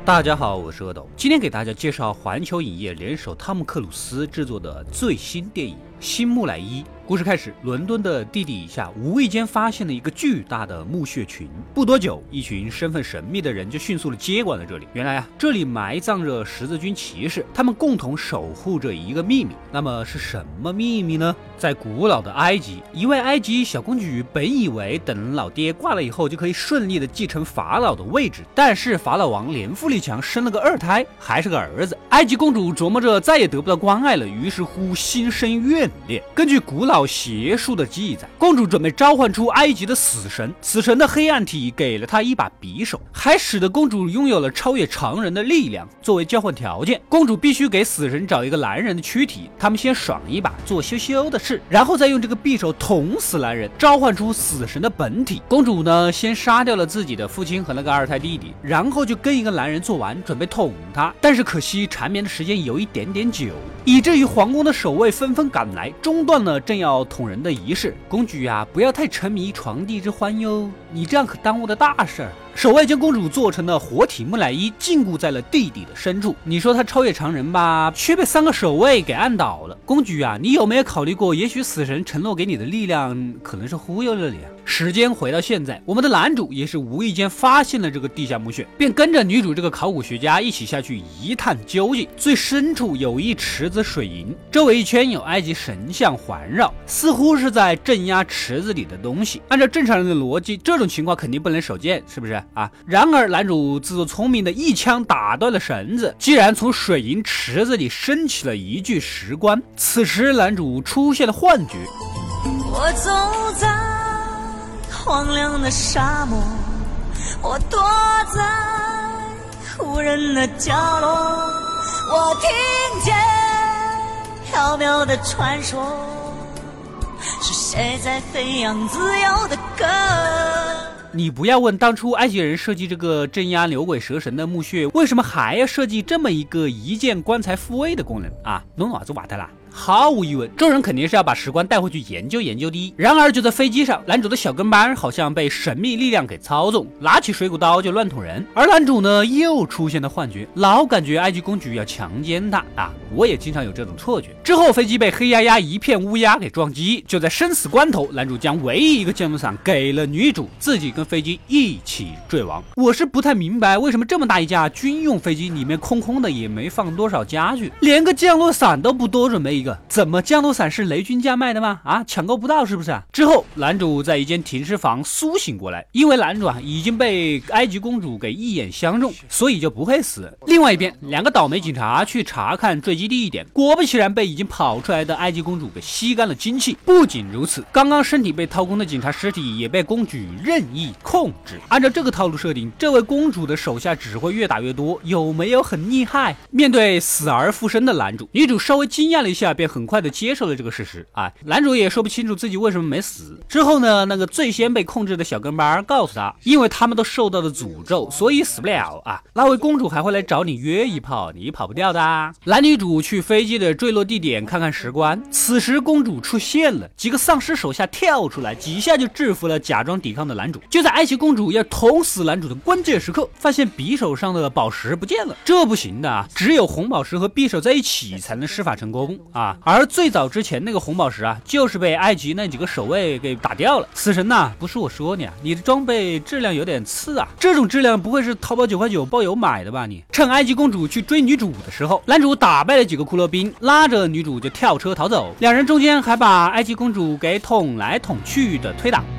大家好，我是阿斗，今天给大家介绍环球影业联手汤姆克鲁斯制作的最新电影《新木乃伊》。故事开始，伦敦的地底下无意间发现了一个巨大的墓穴群，不多久，一群身份神秘的人就迅速的接管了这里。原来这里埋葬着十字军骑士，他们共同守护着一个秘密。那么是什么秘密呢？在古老的埃及，一位埃及小公举本以为等老爹挂了以后就可以顺利的继承法老的位置，但是法老王年富力强，生了个二胎，还是个儿子。埃及公主琢磨着再也得不到关爱了，于是乎心生怨念。根据古老邪术的记载，公主准备召唤出埃及的死神，死神的黑暗体给了她一把匕首，还使得公主拥有了超越常人的力量。作为交换条件，公主必须给死神找一个男人的躯体，他们先爽一把，做羞羞的事，然后再用这个匕首捅死男人，召唤出死神的本体。公主呢，先杀掉了自己的父亲和那个二胎弟弟，然后就跟一个男人做完，准备捅他，但是可惜缠绵的时间有一点点久，以至于皇宫的守卫纷纷赶来，中断了正要捅人的仪式。公主呀，不要太沉迷床笫之欢哟，你这样可耽误了大事儿。守卫将公主做成了活体木乃伊，禁锢在了地底的深处。你说她超越常人吧，却被3个守卫给按倒了。公主啊，你有没有考虑过，也许死神承诺给你的力量可能是忽悠了你啊？时间回到现在，我们的男主也是无意间发现了这个地下墓穴，便跟着女主这个考古学家一起下去一探究竟。最深处有一池子水银，周围一圈有埃及神像环绕，似乎是在镇压池子里的东西。按照正常人的逻辑，这种情况肯定不能手贱，是不是啊？然而男主自作聪明的一枪打断了绳子，竟然从水银池子里升起了一具石棺。此时男主出现了幻觉， 我走在荒凉的沙漠，我躲在无人的角落，我听见飘渺的传说，是谁在飞扬自由的歌。 你不要问当初埃及人设计这个镇压牛鬼蛇神的墓穴，为什么还要设计这么一个一键棺材复位的功能啊？弄哪子瓦特啦？毫无疑问，众人肯定是要把石棺带回去研究研究的。然而就在飞机上，男主的小跟班好像被神秘力量给操纵，拿起水果刀就乱捅人。而男主呢，又出现了幻觉，老感觉埃及公主要强奸他啊！我也经常有这种错觉。之后飞机被黑压压一片乌鸦给撞击，就在生死关头，男主将唯一一个降落伞给了女主，自己跟飞机一起坠亡。我是不太明白，为什么这么大一架军用飞机里面空空的，也没放多少家具，连个降落伞都不多准备一个，怎么降落伞是雷军家卖的吗？啊，抢购不到是不是啊？之后男主在一间停尸房苏醒过来，因为男主已经被埃及公主给一眼相中，所以就不会死。另外一边，2个倒霉警察去查看坠机地点，果不其然被已经跑出来的埃及公主给吸干了精气。不仅如此，刚刚身体被掏空的警察尸体也被公主任意控制。按照这个套路设定，这位公主的手下只会越打越多，有没有很厉害？面对死而复生的男主，女主稍微惊讶了一下，便很快的接受了这个事实啊。男主也说不清楚自己为什么没死。之后呢，那个最先被控制的小跟班告诉他，因为他们都受到了诅咒，所以死不了啊。那位公主还会来找你约一炮，你跑不掉的啊。男女主去飞机的坠落地点看看石棺，此时公主出现了，几个丧尸手下跳出来，几下就制服了假装抵抗的男主。就在埃及公主要捅死男主的关键时刻，发现匕首上的宝石不见了，这不行的啊，只有红宝石和匕首在一起才能施法成功啊。而最早之前那个红宝石啊，就是被埃及那几个守卫给打掉了。死神呐，不是我说你啊，你的装备质量有点次啊，这种质量不会是淘宝9块9包邮买的吧你？趁埃及公主去追女主的时候，男主打败了几个骷髅兵，拉着女主就跳车逃走，两人中间还把埃及公主给捅来捅去的推打。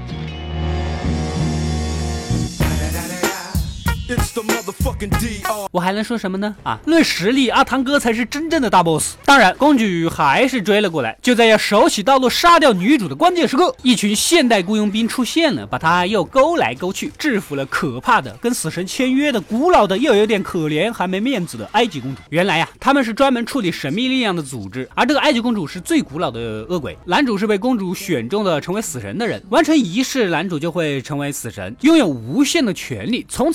我还能说什么呢？啊，论实力，阿汤哥才是真正的大 boss。当然，公主还是追了过来。就在要手起刀落杀掉女主的关键时刻，一群现代雇佣兵出现了，把她又勾来勾去，制服了可怕的跟死神签约的古老的又有点可怜还没面子的埃及公主。原来呀，他们是专门处理神秘力量的组织，而这个埃及公主是最古老的恶鬼。男主是被公主选中的成为死神的人，完成仪式，男主就会成为死神，拥有无限的权利，从此跟他一起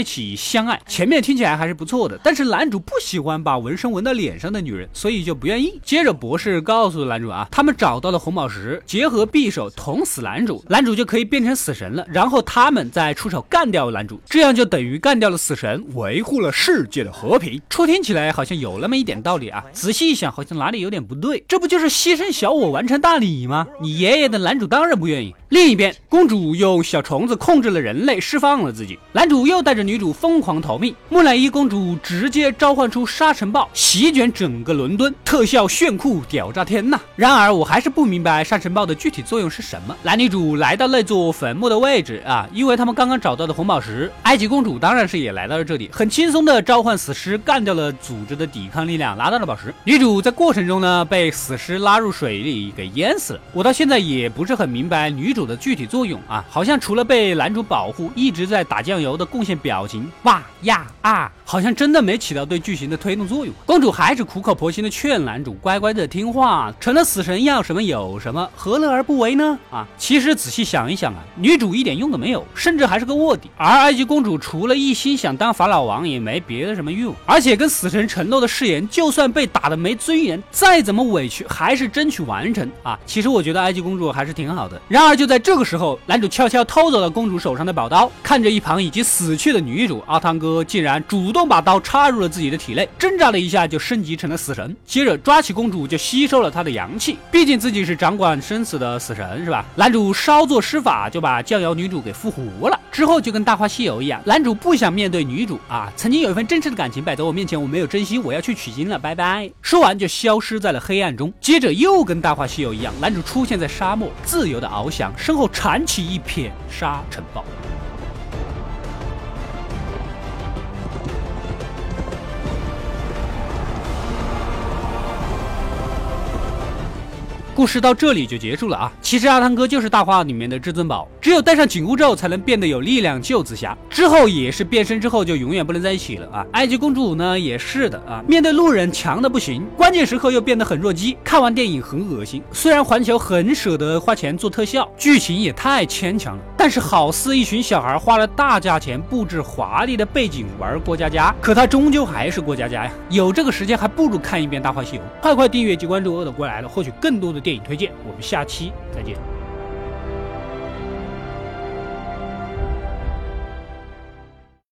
起相爱，前面听起来还是不错的，但是男主不喜欢把纹身纹到脸上的女人，所以就不愿意。接着博士告诉男主啊，他们找到了红宝石，结合匕首捅死男主，男主就可以变成死神了，然后他们再出手干掉男主，这样就等于干掉了死神，维护了世界的和平。初听起来好像有那么一点道理啊，仔细一想好像哪里有点不对，这不就是牺牲小我完成大礼吗？你爷爷的男主当然不愿意。另一边，公主用小虫子控制了人类，释放了自己，男主又带着女主疯狂逃命，木乃伊公主直接召唤出沙尘暴，席卷整个伦敦，特效炫酷屌炸天呐！然而我还是不明白沙尘暴的具体作用是什么。男女主来到那座坟墓的位置啊，因为他们刚刚找到的红宝石，埃及公主当然是也来到了这里，很轻松的召唤死尸，干掉了组织的抵抗力量，拿到了宝石。女主在过程中呢，被死尸拉入水里给淹死了。我到现在也不是很明白女主的具体作用啊，好像除了被男主保护，一直在打酱油的贡献表情哇呀啊，好像真的没起到对剧情的推动作用。公主还是苦口婆心的劝男主乖乖的听话，成了死神要什么有什么，何乐而不为呢？啊，其实仔细想一想啊，女主一点用都没有，甚至还是个卧底。而埃及公主除了一心想当法老王，也没别的什么用。而且跟死神承诺的誓言，就算被打得没尊严，再怎么委屈，还是争取完成啊。其实我觉得埃及公主还是挺好的。然而就在这个时候，男主悄悄偷走了公主手上的宝刀，看着一旁已经死去的女主，阿汤哥竟然主动把刀插入了自己的体内，挣扎了一下就升级成了死神，接着抓起公主就吸收了她的阳气，毕竟自己是掌管生死的死神是吧？男主稍作施法就把酱油女主给复活了，之后就跟大话西游一样，男主不想面对女主啊，曾经有一份真挚的感情摆在我面前，我没有珍惜，我要去取经了，拜拜。说完就消失在了黑暗中，接着又跟大话西游一样，男主出现在沙漠，自由的翱翔，身后铲起一片沙尘暴。故事到这里就结束了啊！其实阿汤哥就是大话里面的至尊宝，只有戴上紧箍咒才能变得有力量救紫霞。之后也是变身之后就永远不能在一起了啊！埃及公主呢也是的啊，面对路人强的不行，关键时刻又变得很弱鸡。看完电影很恶心，虽然环球很舍得花钱做特效，剧情也太牵强了，但是好似一群小孩花了大价钱布置华丽的背景玩过家家，可他终究还是过家家呀！有这个时间还不如看一遍大话西游。快订阅及关注恶的过来了，获取更多的电影推荐，我们下期再见。